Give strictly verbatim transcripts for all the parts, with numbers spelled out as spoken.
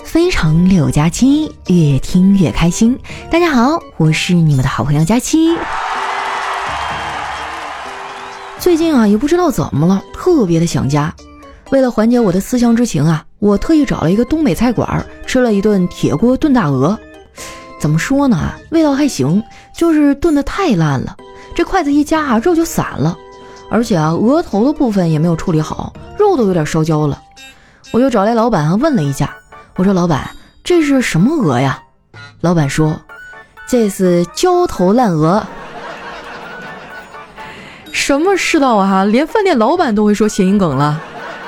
非常六加七，越听越开心。大家好，我是你们的好朋友佳期。最近啊，也不知道怎么了，特别的想家。为了缓解我的思乡之情啊，我特意找了一个东北菜馆，吃了一顿铁锅炖大鹅。怎么说呢，味道还行，就是炖得太烂了。这筷子一夹啊，肉就散了，而且啊，鹅头的部分也没有处理好，肉都有点烧焦了。我就找来老板啊，问了一下，我说老板，这是什么鹅呀？老板说，这是焦头烂鹅。什么世道啊，连饭店老板都会说谐音梗了。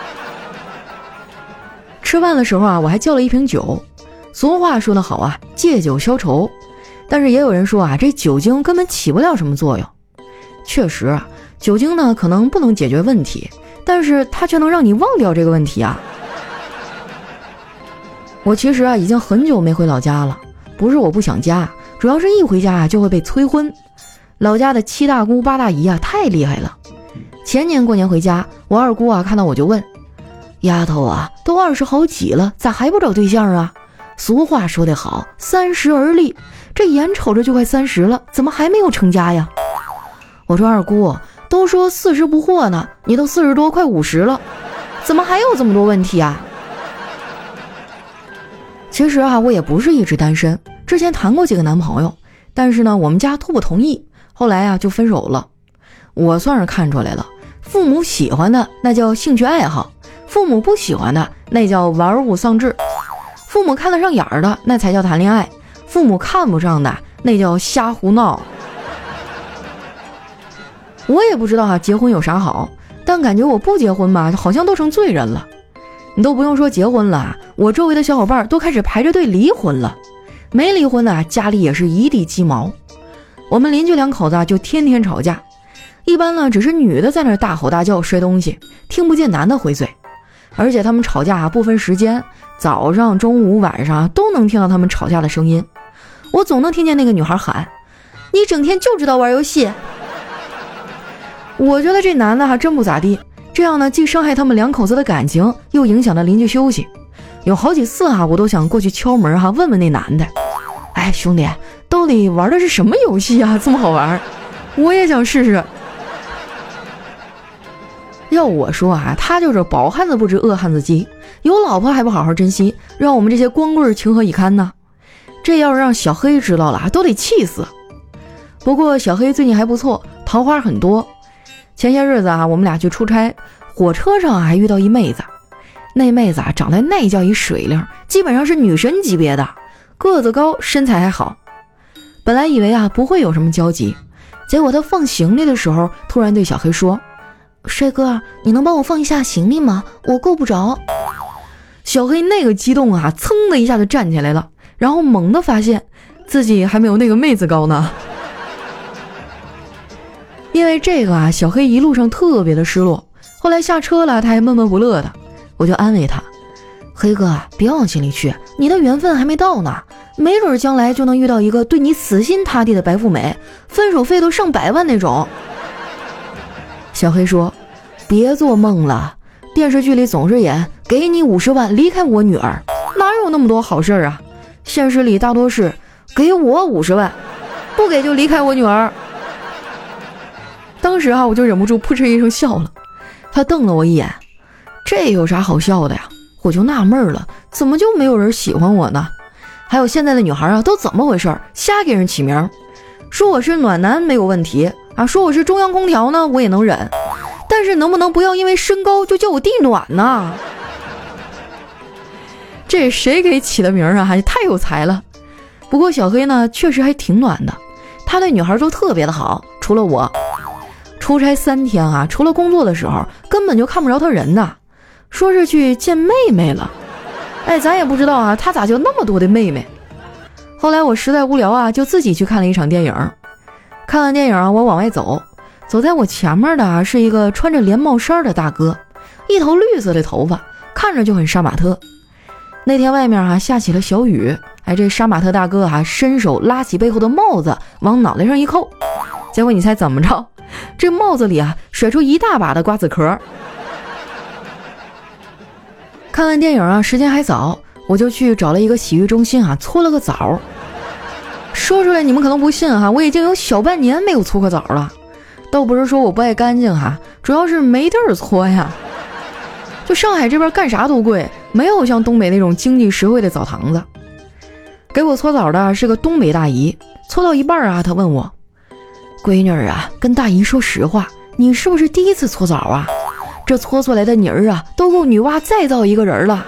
吃饭的时候啊，我还叫了一瓶酒。俗话说得好啊，借酒消愁。但是也有人说啊，这酒精根本起不了什么作用。确实啊，酒精呢可能不能解决问题，但是它却能让你忘掉这个问题啊。我其实啊已经很久没回老家了，不是我不想家，主要是一回家啊就会被催婚。老家的七大姑八大姨啊太厉害了。前年过年回家，我二姑啊看到我就问，丫头啊，都二十好几了，咋还不找对象啊？俗话说得好，三十而立，这眼瞅着就快三十了，怎么还没有成家呀？我说二姑，都说四十不惑呢，你都四十多快五十了，怎么还有这么多问题啊？其实啊，我也不是一直单身，之前谈过几个男朋友，但是呢，我们家都不同意，后来啊就分手了。我算是看出来了，父母喜欢的那叫兴趣爱好，父母不喜欢的那叫玩物丧志，父母看得上眼儿的那才叫谈恋爱，父母看不上的那叫瞎胡闹。我也不知道啊，结婚有啥好，但感觉我不结婚吧，好像都成罪人了。你都不用说结婚了，我周围的小伙伴都开始排着队离婚了。没离婚的啊，家里也是一地鸡毛。我们邻居两口子啊，就天天吵架。一般呢，只是女的在那儿大吼大叫摔东西，听不见男的回嘴。而且他们吵架啊不分时间，早上、中午、晚上都能听到他们吵架的声音。我总能听见那个女孩喊：“你整天就知道玩游戏。”我觉得这男的还真不咋地。这样呢，既伤害他们两口子的感情，又影响了邻居休息。有好几次啊，我都想过去敲门哈、啊，问问那男的，哎，兄弟，到底玩的是什么游戏啊？这么好玩，我也想试试。要我说啊，他就是饱汉子不知饿汉子饥，有老婆还不好好珍惜，让我们这些光棍情何以堪呢？这要是让小黑知道了，都得气死。不过小黑最近还不错，桃花很多。前些日子啊，我们俩去出差，火车上啊还遇到一妹子。那妹子啊长得那叫一水灵，基本上是女神级别的，个子高，身材还好。本来以为啊不会有什么交集，结果她放行李的时候，突然对小黑说：“帅哥，你能帮我放一下行李吗？我够不着。”小黑那个激动啊，噌的一下就站起来了，然后猛地发现自己还没有那个妹子高呢。因为这个啊，小黑一路上特别的失落。后来下车了，他还闷闷不乐的。我就安慰他：“黑哥啊，别往心里去，你的缘分还没到呢，没准将来就能遇到一个对你死心塌地的白富美，分手费都上百万那种。”小黑说：“别做梦了，电视剧里总是演给你五十万离开我女儿，哪有那么多好事啊？现实里大多是给我五十万，不给就离开我女儿。”当时啊，我就忍不住扑哧一声笑了。他瞪了我一眼，这有啥好笑的呀？我就纳闷了，怎么就没有人喜欢我呢？还有现在的女孩啊，都怎么回事？瞎给人起名，说我是暖男没有问题啊，说我是中央空调呢，我也能忍，但是能不能不要因为身高就叫我地暖呢？这谁给起的名啊？还太有才了。不过小黑呢，确实还挺暖的，他对女孩都特别的好，除了我。出差三天啊，除了工作的时候根本就看不着他人呐，说是去见妹妹了。哎，咱也不知道啊，他咋就那么多的妹妹。后来我实在无聊啊，就自己去看了一场电影。看完电影啊，我往外走，走在我前面的啊是一个穿着连帽衫的大哥，一头绿色的头发，看着就很杀马特。那天外面啊下起了小雨，哎，这杀马特大哥啊伸手拉起背后的帽子往脑袋上一扣，结果你猜怎么着？这帽子里啊甩出一大把的瓜子壳。看完电影啊，时间还早， 我就去找了一个洗浴中心啊，搓了个澡。说出来你们可能不信哈，我已经有小半年没有搓过澡了。倒不是说我不爱干净哈，主要是没地儿搓呀。就上海这边干啥都贵，没有像东北那种经济实惠的澡堂子。给我搓澡的是个东北大姨，搓到一半啊，她问我：闺女儿啊，跟大姨说实话，你是不是第一次搓澡啊？这搓出来的泥儿啊，都够女娲再造一个人了。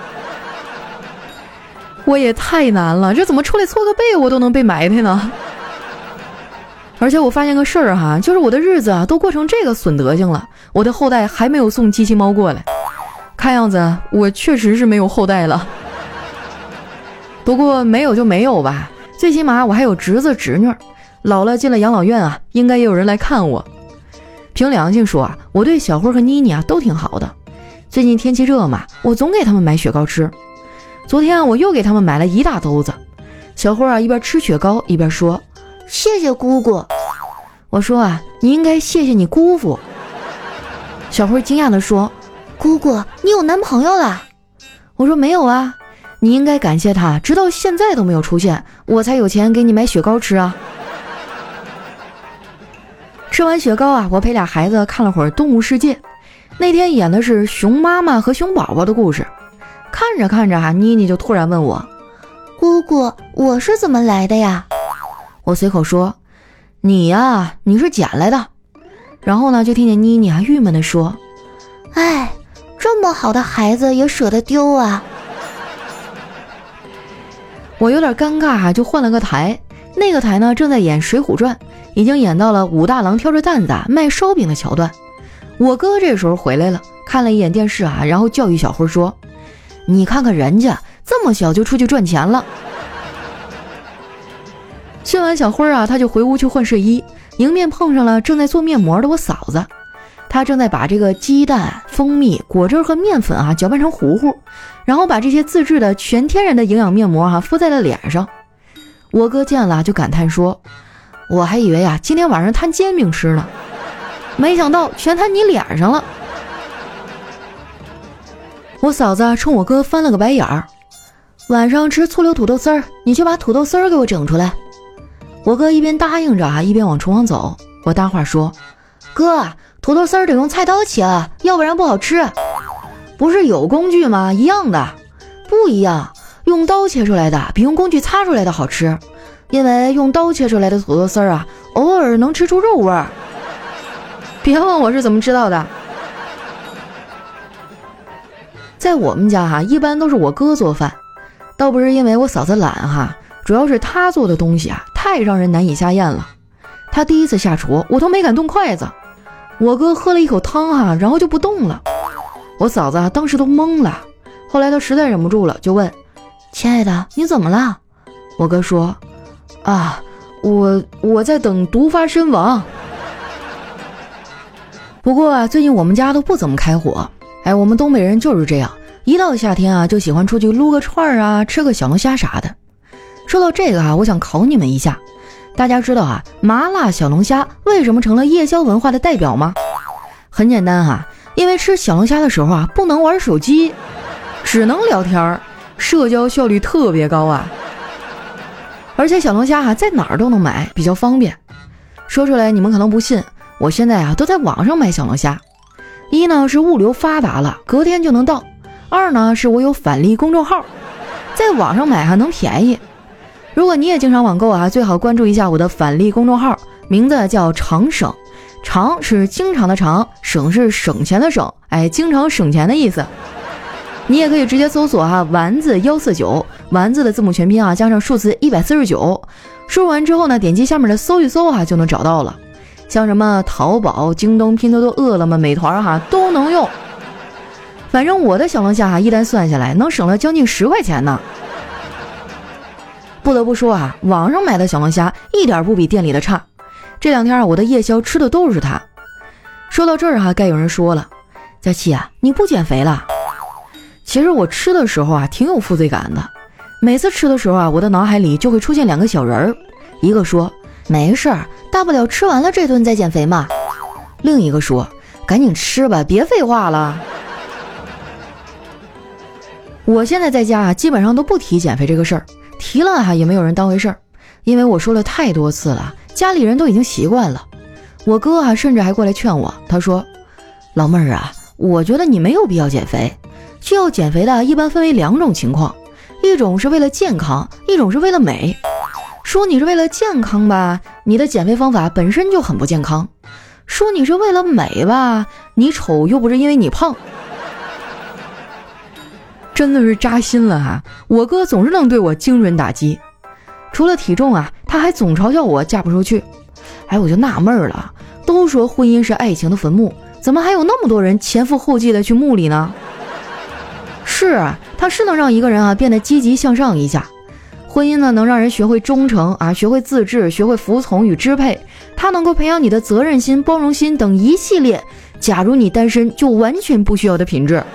我也太难了，这怎么出来搓个背我都能被埋汰呢？而且我发现个事儿哈，就是我的日子啊都过成这个损德行了，我的后代还没有送机器猫过来，看样子我确实是没有后代了。不过没有就没有吧，最起码我还有侄子侄女，老了进了养老院啊，应该也有人来看我。凭良心说啊，我对小辉和妮妮啊都挺好的。最近天气热嘛，我总给他们买雪糕吃。昨天啊，我又给他们买了一大兜子。小辉啊一边吃雪糕一边说：谢谢姑姑。我说啊，你应该谢谢你姑父。小辉惊讶地说：姑姑，你有男朋友了？我说没有啊。你应该感谢他，直到现在都没有出现，我才有钱给你买雪糕吃啊。吃完雪糕啊，我陪俩孩子看了会儿动物世界。那天演的是熊妈妈和熊宝宝的故事。看着看着啊，妮妮就突然问我：姑姑，我是怎么来的呀？我随口说：你呀，你是捡来的。然后呢，就听见妮妮啊郁闷地说：哎，这么好的孩子也舍得丢啊。我有点尴尬啊，就换了个台。那个台呢正在演《水浒传》，已经演到了武大郎挑着担子卖烧饼的桥段。我哥这时候回来了，看了一眼电视啊，然后教育小辉说：你看看人家这么小就出去赚钱了。训完小辉啊，他就回屋去换睡衣，迎面碰上了正在做面膜的我嫂子。她正在把这个鸡蛋、蜂蜜、果汁和面粉啊搅拌成糊糊，然后把这些自制的全天然的营养面膜啊敷在了脸上。我哥见了就感叹说：我还以为啊今天晚上摊煎饼吃呢，没想到全摊你脸上了。我嫂子冲我哥翻了个白眼儿：晚上吃醋溜土豆丝儿，你去把土豆丝儿给我整出来。我哥一边答应着啊，一边往厨房走。我搭话说：哥，土豆丝儿得用菜刀切啊，要不然不好吃。不是有工具吗？一样的。不一样，用刀切出来的比用工具擦出来的好吃，因为用刀切出来的土豆丝儿啊，偶尔能吃出肉味儿。别问我是怎么知道的。在我们家哈，一般都是我哥做饭，倒不是因为我嫂子懒哈，主要是他做的东西啊太让人难以下咽了。他第一次下厨，我都没敢动筷子。我哥喝了一口汤哈，然后就不动了。我嫂子啊当时都懵了，后来他实在忍不住了，就问：亲爱的，你怎么了？我哥说：啊，我我在等毒发身亡。不过啊，最近我们家都不怎么开火。哎，我们东北人就是这样，一到夏天啊就喜欢出去撸个串啊，吃个小龙虾啥的。说到这个啊，我想考你们一下，大家知道啊麻辣小龙虾为什么成了夜宵文化的代表吗？很简单哈、啊，因为吃小龙虾的时候啊不能玩手机，只能聊天，社交效率特别高啊。而且小龙虾啊在哪儿都能买，比较方便。说出来你们可能不信，我现在啊都在网上买小龙虾。一呢是物流发达了，隔天就能到；二呢是我有返利公众号，在网上买还能便宜。如果你也经常网购啊，最好关注一下我的返利公众号，名字叫常省，常是经常的常，省是省钱的省，哎，经常省钱的意思。你也可以直接搜索哈、啊、丸子一四九，丸子的字母全拼啊加上数字一百四十九，输入完之后呢，点击下面的搜一搜啊就能找到了。像什么淘宝、京东、拼多多、饿了么、美团哈、啊、都能用。反正我的小龙虾哈、啊、一单算下来能省了将近十块钱呢。不得不说啊，网上买的小龙虾一点不比店里的差。这两天啊，我的夜宵吃的都是它。说到这儿哈、啊，该有人说了，佳琪啊，你不减肥了？其实我吃的时候啊，挺有负罪感的。每次吃的时候啊，我的脑海里就会出现两个小人儿，一个说没事儿，大不了吃完了这顿再减肥嘛。另一个说赶紧吃吧，别废话了。 我现在在家啊，基本上都不提减肥这个事儿，提了啊也没有人当回事儿，因为我说了太多次了，家里人都已经习惯了。我哥啊甚至还过来劝我，他说：老妹儿啊，我觉得你没有必要减肥，需要减肥的一般分为两种情况，一种是为了健康，一种是为了美。说你是为了健康吧，你的减肥方法本身就很不健康；说你是为了美吧，你丑又不是因为你胖。真的是扎心了哈！我哥总是能对我精准打击，除了体重啊，他还总嘲笑我嫁不出去。哎，我就纳闷了，都说婚姻是爱情的坟墓，怎么还有那么多人前赴后继的去墓里呢？是啊，它是能让一个人啊变得积极向上一下。婚姻呢，能让人学会忠诚啊，学会自制，学会服从与支配。它能够培养你的责任心、包容心等一系列假如你单身就完全不需要的品质。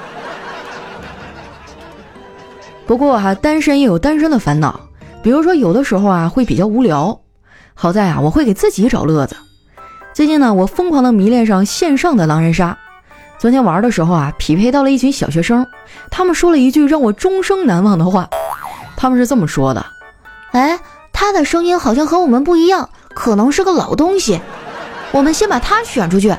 不过哈、啊，单身也有单身的烦恼，比如说有的时候啊会比较无聊。好在啊，我会给自己找乐子。最近呢，我疯狂的迷恋上线上的狼人杀。昨天玩的时候啊，匹配到了一群小学生，他们说了一句让我终生难忘的话。他们是这么说的：哎，他的声音好像和我们不一样，可能是个老东西，我们先把他选出去。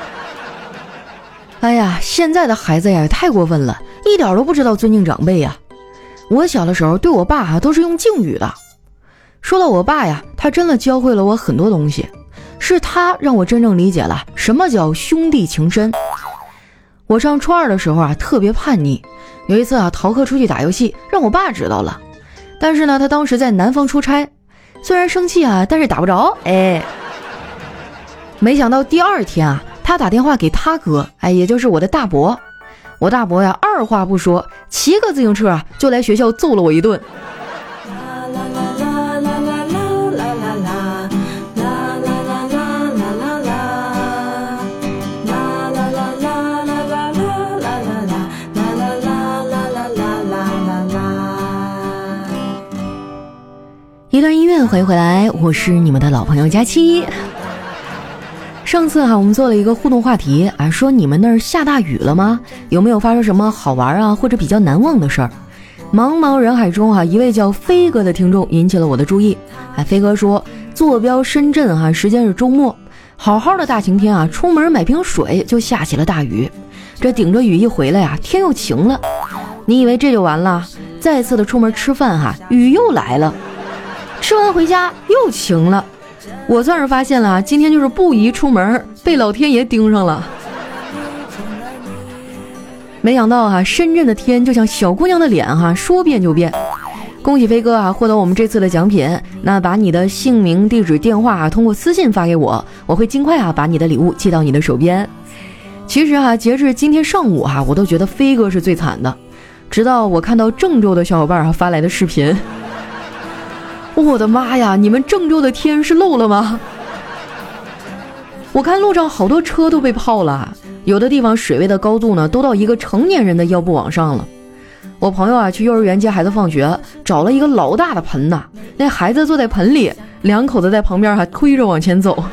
哎呀，现在的孩子呀也太过分了，一点都不知道尊敬长辈呀。我小的时候对我爸啊都是用敬语的。说到我爸呀，他真的教会了我很多东西，是他让我真正理解了什么叫兄弟情深。我上初二的时候啊特别叛逆，有一次啊逃课出去打游戏，让我爸知道了。但是呢他当时在南方出差，虽然生气啊，但是打不着。哎，没想到第二天啊他打电话给他哥，哎，也就是我的大伯。我大伯呀二话不说，骑个自行车啊就来学校揍了我一顿。一段音乐，欢迎回来，我是你们的老朋友佳期。上次哈、啊，我们做了一个互动话题啊，说你们那儿下大雨了吗？有没有发生什么好玩啊或者比较难忘的事儿？茫茫人海中哈、啊，一位叫飞哥的听众引起了我的注意。哎，飞哥说坐标深圳哈、啊，时间是周末，好好的大晴天啊，出门买瓶水就下起了大雨。这顶着雨一回来呀、啊，天又晴了。你以为这就完了？再次的出门吃饭哈、啊，雨又来了。吃完回家又晴了。我算是发现了，今天就是不宜出门，被老天爷盯上了。没想到哈、啊，深圳的天就像小姑娘的脸哈、啊，说变就变。恭喜飞哥啊，获得我们这次的奖品。那把你的姓名、地址、电话、啊、通过私信发给我，我会尽快啊把你的礼物寄到你的手边。其实啊，截至今天上午哈、啊，我都觉得飞哥是最惨的，直到我看到郑州的小伙伴啊发来的视频。我的妈呀，你们郑州的天是漏了吗？我看路上好多车都被泡了，有的地方水位的高度呢都到一个成年人的腰部往上了。我朋友啊去幼儿园接孩子放学，找了一个老大的盆呐，那孩子坐在盆里，两口子在旁边还推着往前走。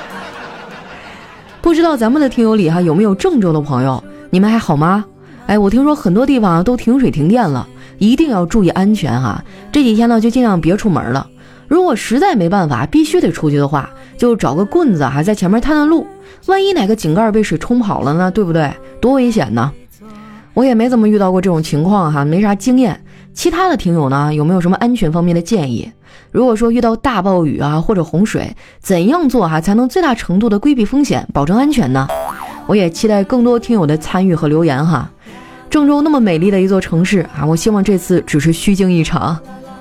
不知道咱们的听友里哈有没有郑州的朋友，你们还好吗？哎，我听说很多地方啊都停水停电了，一定要注意安全哈、啊。这几天呢就尽量别出门了。如果实在没办法必须得出去的话，就找个棍子还在前面探探路，万一哪个井盖被水冲跑了呢，对不对？多危险呢。我也没怎么遇到过这种情况哈，没啥经验。其他的听友呢有没有什么安全方面的建议？如果说遇到大暴雨啊或者洪水，怎样做哈才能最大程度的规避风险，保证安全呢？我也期待更多听友的参与和留言哈。郑州那么美丽的一座城市啊，我希望这次只是虚惊一场。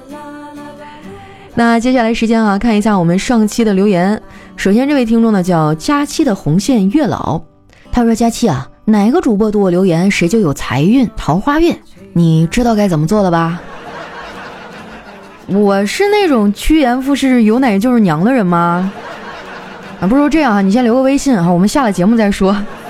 那接下来时间啊，看一下我们上期的留言。首先这位听众呢叫佳期的红线月老，他说佳期啊，哪个主播读我留言谁就有财运桃花运，你知道该怎么做了吧？我是那种趋炎附势有奶就是娘的人吗？啊，不如这样啊，你先留个微信啊，我们下了节目再说。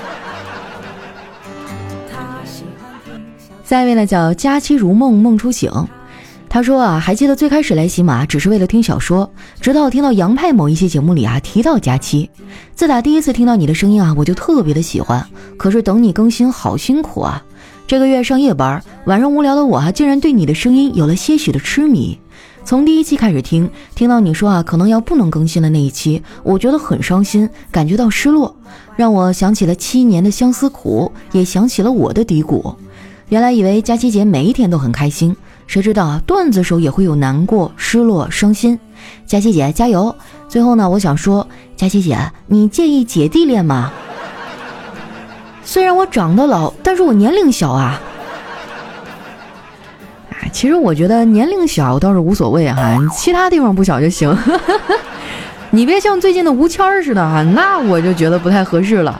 下一位呢叫佳期如梦梦初醒，他说啊，还记得最开始来喜马只是为了听小说，直到听到杨派某一期节目里啊提到佳期，自打第一次听到你的声音啊，我就特别的喜欢，可是等你更新好辛苦啊， 这个月上夜班，晚上无聊的我啊，竟然对你的声音有了些许的痴迷。从第一期开始听，听到你说啊可能要不能更新的那一期，我觉得很伤心，感觉到失落，让我想起了七年的相思苦，也想起了我的低谷。原来以为佳琪姐每一天都很开心，谁知道啊段子时候也会有难过、失落、伤心。佳琪姐加油！最后呢，我想说，佳琪姐，你介意姐弟恋吗？虽然我长得老，但是我年龄小啊。其实我觉得年龄小倒是无所谓哈，其他地方不小就行。你别像最近的吴谦似的哈，那我就觉得不太合适了。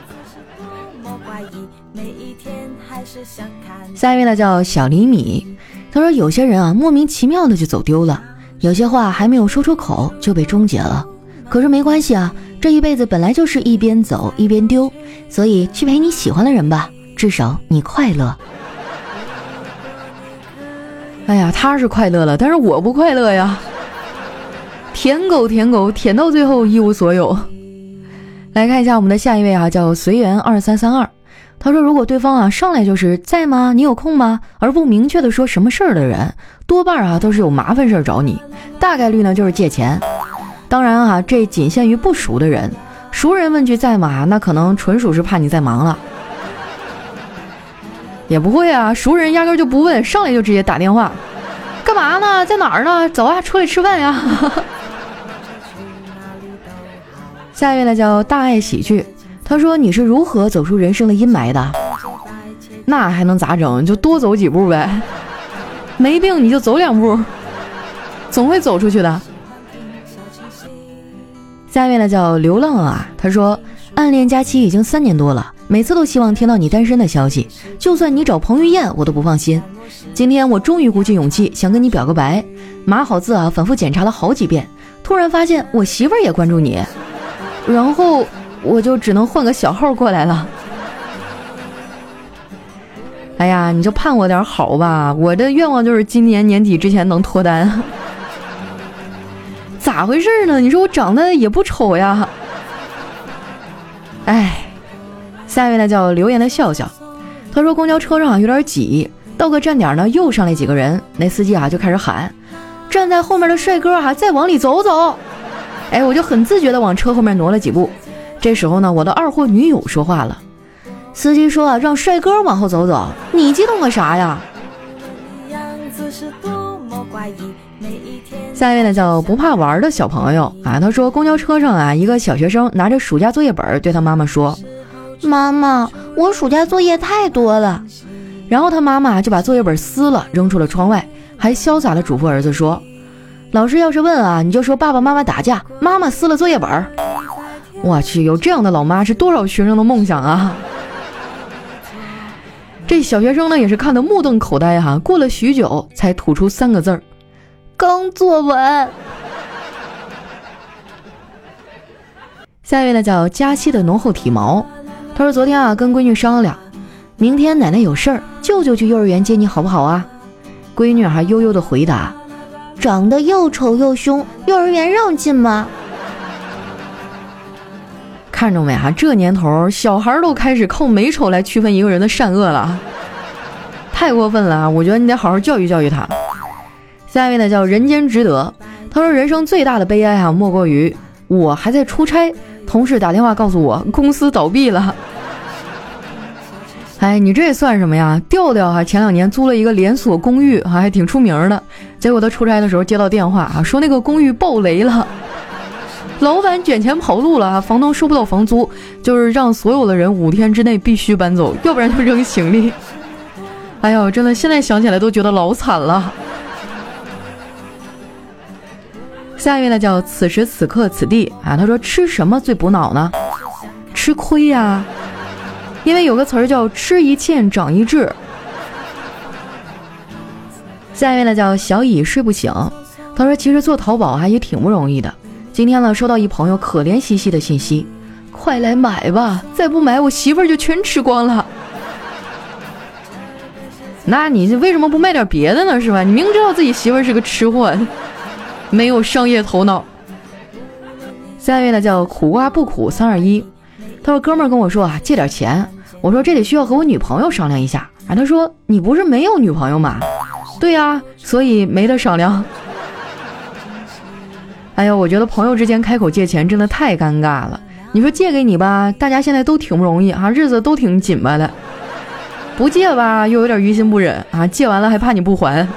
下一位呢叫小厘米，他说有些人啊莫名其妙的就走丢了，有些话还没有说出口就被终结了。可是没关系啊，这一辈子本来就是一边走一边丢，所以去陪你喜欢的人吧，至少你快乐。哎呀，他是快乐了，但是我不快乐呀。舔狗舔狗舔到最后一无所有。来看一下我们的下一位啊，叫随缘二三三二。他说如果对方啊上来就是在吗？你有空吗？而不明确的说什么事儿的人，多半啊都是有麻烦事儿找你，大概率呢就是借钱。当然啊，这仅限于不熟的人，熟人问句在吗，那可能纯属是怕你在忙了。也不会啊，熟人压根就不问，上来就直接打电话，干嘛呢？在哪儿呢？走啊，出来吃饭呀！下一位呢叫大爱喜剧，他说你是如何走出人生的阴霾的？那还能咋整？就多走几步呗，没病你就走两步，总会走出去的。下一位呢叫流浪啊，他说暗恋佳期已经三年多了，每次都希望听到你单身的消息，就算你找彭于晏我都不放心。今天我终于鼓起勇气想跟你表个白，码好字啊，反复检查了好几遍，突然发现我媳妇儿也关注你，然后我就只能换个小号过来了。哎呀，你就盼我点好吧，我的愿望就是今年年底之前能脱单。咋回事呢？你说我长得也不丑呀。哎，下一位呢叫留言的笑笑，他说公交车上有点挤，到个站点呢又上来几个人，那司机啊就开始喊站在后面的帅哥啊再往里走走。哎，我就很自觉的往车后面挪了几步。这时候呢我的二货女友说话了，司机说啊让帅哥往后走走，你激动个啥呀？下一位呢叫不怕玩的小朋友啊，他说公交车上啊一个小学生拿着暑假作业本对他妈妈说，妈妈我暑假作业太多了，然后他妈妈就把作业本撕了扔出了窗外，还潇洒的嘱咐儿子说，老师要是问啊你就说爸爸妈妈打架，妈妈撕了作业本。我去，有这样的老妈是多少学生的梦想啊。这小学生呢也是看得目瞪口呆哈、啊，过了许久才吐出三个字儿，刚坐稳。下一位呢叫佳期的浓厚体毛，他说昨天啊跟闺女商量，明天奶奶有事儿，舅舅去幼儿园接你好不好啊？闺女还悠悠的回答，长得又丑又凶，幼儿园让进吗？看着没哈，这年头小孩都开始靠美丑来区分一个人的善恶了，太过分了，我觉得你得好好教育教育他。下一位呢叫人间值得，他说人生最大的悲哀啊莫过于我还在出差，同事打电话告诉我公司倒闭了。哎，你这算什么呀？调调啊前两年租了一个连锁公寓啊，还挺出名的，结果他出差的时候接到电话啊，说那个公寓爆雷了，老板卷钱跑路了，房东收不到房租，就是让所有的人五天之内必须搬走，要不然就扔行李。哎呦，真的现在想起来都觉得老惨了。下一位呢叫此时此刻此地啊，他说吃什么最补脑呢？吃亏呀、啊，因为有个词儿叫吃一堑长一智。下一位呢叫小乙睡不醒，他说其实做淘宝啊也挺不容易的。今天呢收到一朋友可怜兮兮的信息，快来买吧，再不买我媳妇儿就全吃光了。那你为什么不卖点别的呢？是吧？你明知道自己媳妇儿是个吃货，没有商业头脑。下一位呢叫苦瓜不苦三二一，他说哥们儿跟我说啊借点钱，我说这得需要和我女朋友商量一下， 啊，他说你不是没有女朋友吗？对呀，所以没得商量。哎呀，我觉得朋友之间开口借钱真的太尴尬了。你说借给你吧，大家现在都挺不容易啊，日子都挺紧巴的。不借吧，又有点于心不忍啊，借完了还怕你不还。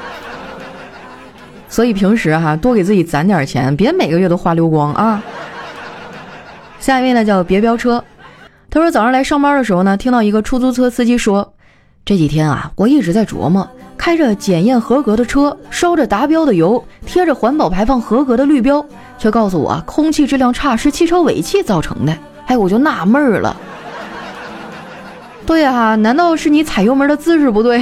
所以平时哈、啊，多给自己攒点钱，别每个月都花溜光啊。下一位呢叫别飙车，他说早上来上班的时候呢，听到一个出租车司机说，这几天啊，我一直在琢磨，开着检验合格的车，烧着达标的油，贴着环保排放合格的绿标，却告诉我空气质量差是汽车尾气造成的。哎，我就纳闷了。对啊，难道是你踩油门的姿势不对？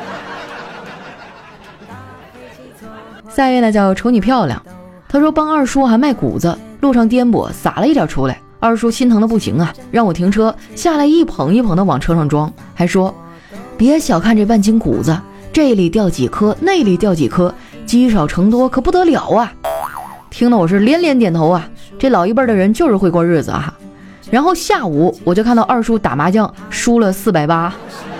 下一位呢叫瞅你漂亮，他说帮二叔还卖谷子，路上颠簸撒了一点出来，二叔心疼的不行啊，让我停车下来一捧一捧的往车上装，还说别小看这半斤谷子，这里掉几颗那里掉几颗，积少成多可不得了啊。听得我是连连点头啊，这老一辈的人就是会过日子啊。然后下午我就看到二叔打麻将输了四百八。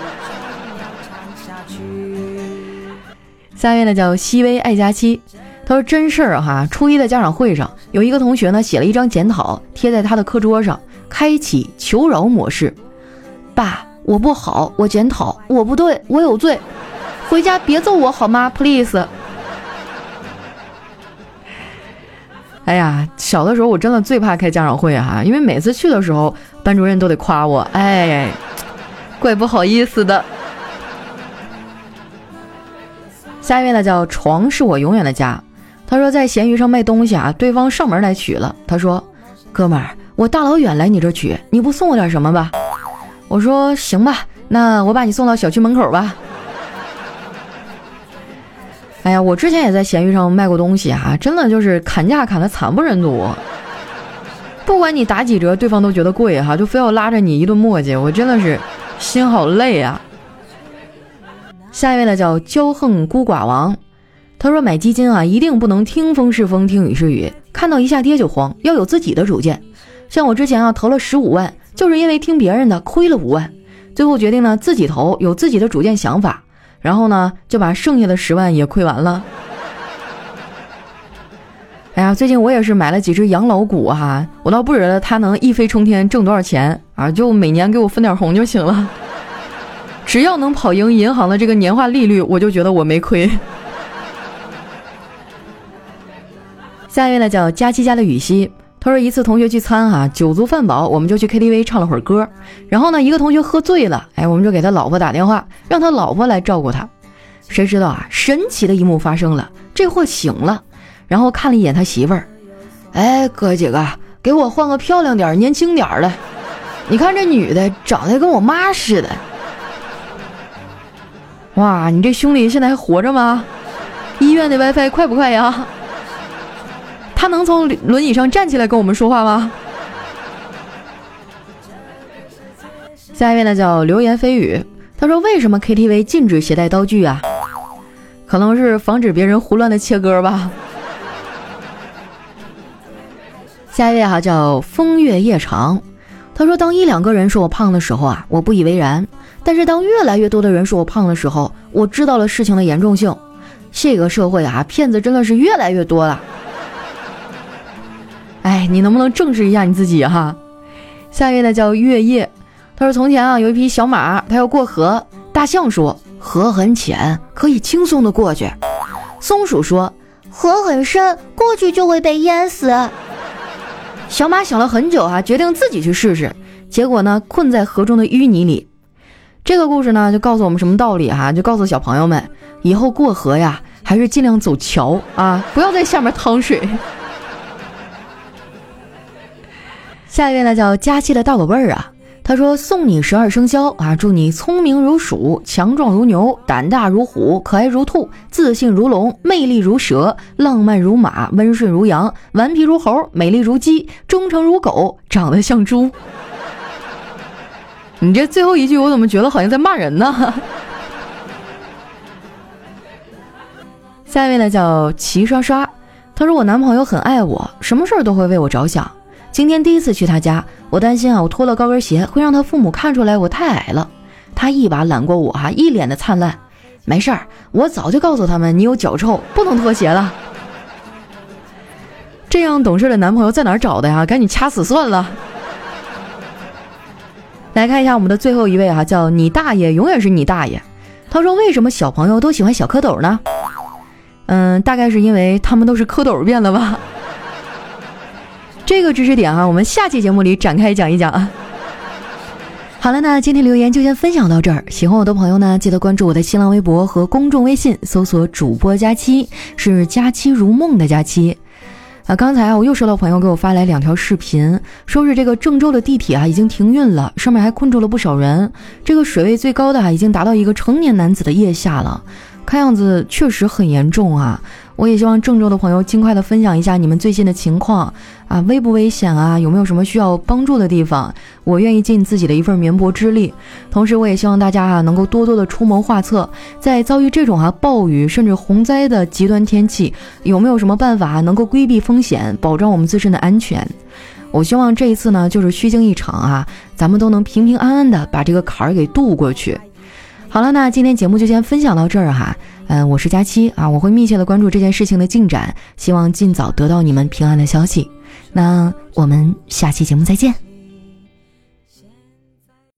下一位呢叫西薇爱佳期，他说真事儿哈，初一的家长会上，有一个同学呢写了一张检讨贴在他的课桌上，开启求饶模式。爸，我不好，我检讨，我不对，我有罪，回家别揍我好吗 please。 哎呀，小的时候我真的最怕开家长会哈、啊，因为每次去的时候班主任都得夸我，哎，怪不好意思的。下一位呢叫床是我永远的家，他说在闲鱼上卖东西啊，对方上门来取了，他说哥们儿，我大老远来你这取，你不送我点什么吧？我说行吧，那我把你送到小区门口吧。哎呀，我之前也在闲鱼上卖过东西啊，真的就是砍价砍得惨不忍睹，不管你打几折对方都觉得贵哈、啊，就非要拉着你一顿磨叽，我真的是心好累啊。下一位呢叫骄横孤寡王，他说买基金啊一定不能听风是风听雨是雨，看到一下跌就慌，要有自己的主见。像我之前啊投了十五万，就是因为听别人的亏了五万，最后决定呢自己投，有自己的主见想法，然后呢就把剩下的十万也亏完了。哎呀，最近我也是买了几只养老股哈、啊，我倒不觉得它能一飞冲天挣多少钱啊，就每年给我分点红就行了。只要能跑赢银行的这个年化利率，我就觉得我没亏。下一位呢叫佳期家的雨熙，他说一次同学聚餐哈、啊，酒足饭饱，我们就去 K T V 唱了会儿歌，然后呢一个同学喝醉了，哎，我们就给他老婆打电话，让他老婆来照顾他。谁知道啊，神奇的一幕发生了，这货醒了，然后看了一眼他媳妇儿，哎，哥几个，给我换个漂亮点年轻点的，你看这女的长得跟我妈似的。哇，你这兄弟现在还活着吗？医院的 WiFi 快不快呀？他能从轮椅上站起来跟我们说话吗？下一位呢叫流言蜚语，他说为什么 K T V 禁止携带刀具啊？可能是防止别人胡乱的切歌吧。下一位哈、啊、叫风月夜长，他说当一两个人说我胖的时候啊，我不以为然，但是当越来越多的人说我胖的时候，我知道了事情的严重性。这个社会啊，骗子真的是越来越多了。哎，你能不能正视一下你自己哈？下一位呢叫月夜，他说从前啊有一匹小马，它要过河，大象说河很浅，可以轻松的过去。松鼠说河很深，过去就会被淹死。小马想了很久啊，决定自己去试试，结果呢困在河中的淤泥里。这个故事呢就告诉我们什么道理哈、啊？就告诉小朋友们，以后过河呀还是尽量走桥啊，不要在下面趟水。下一位呢叫佳期的大宝贝儿啊，他说送你十二生肖啊，祝你聪明如鼠，强壮如牛，胆大如虎，可爱如兔，自信如龙，魅力如蛇，浪漫如马，温顺如羊，顽皮如猴，美丽如鸡，忠诚如狗，长得像猪。你这最后一句我怎么觉得好像在骂人呢？下一位呢叫齐刷刷，他说我男朋友很爱我，什么事儿都会为我着想。今天第一次去他家，我担心啊我脱了高跟鞋会让他父母看出来我太矮了。 他一把揽过我哈、啊，一脸的灿烂。没事儿，我早就告诉他们你有脚臭，不能脱鞋了。这样懂事的男朋友在哪儿找的呀？赶紧掐死算了。来看一下我们的最后一位哈、啊，叫你大爷永远是你大爷。他说为什么小朋友都喜欢小蝌蚪呢？嗯，大概是因为他们都是蝌蚪变了吧。这个知识点啊，我们下期节目里展开讲一讲啊。好了，那今天留言就先分享到这儿。喜欢我的朋友呢，记得关注我的新浪微博和公众微信，搜索主播佳期，是佳期如梦的佳期。啊，刚才啊，我又收到朋友给我发来两条视频，说是这个郑州的地铁啊已经停运了，上面还困住了不少人。这个水位最高的啊已经达到一个成年男子的腋下了，看样子确实很严重啊。我也希望郑州的朋友尽快的分享一下你们最新的情况啊，危不危险啊？有没有什么需要帮助的地方？我愿意尽自己的一份绵薄之力。同时，我也希望大家啊能够多多的出谋划策，在遭遇这种啊暴雨甚至洪灾的极端天气，有没有什么办法能够规避风险，保障我们自身的安全？我希望这一次呢就是虚惊一场啊，咱们都能平平安安的把这个坎儿给渡过去。好了，那今天节目就先分享到这儿哈。嗯，我是佳期啊，我会密切的关注这件事情的进展，希望尽早得到你们平安的消息。那我们下期节目再见。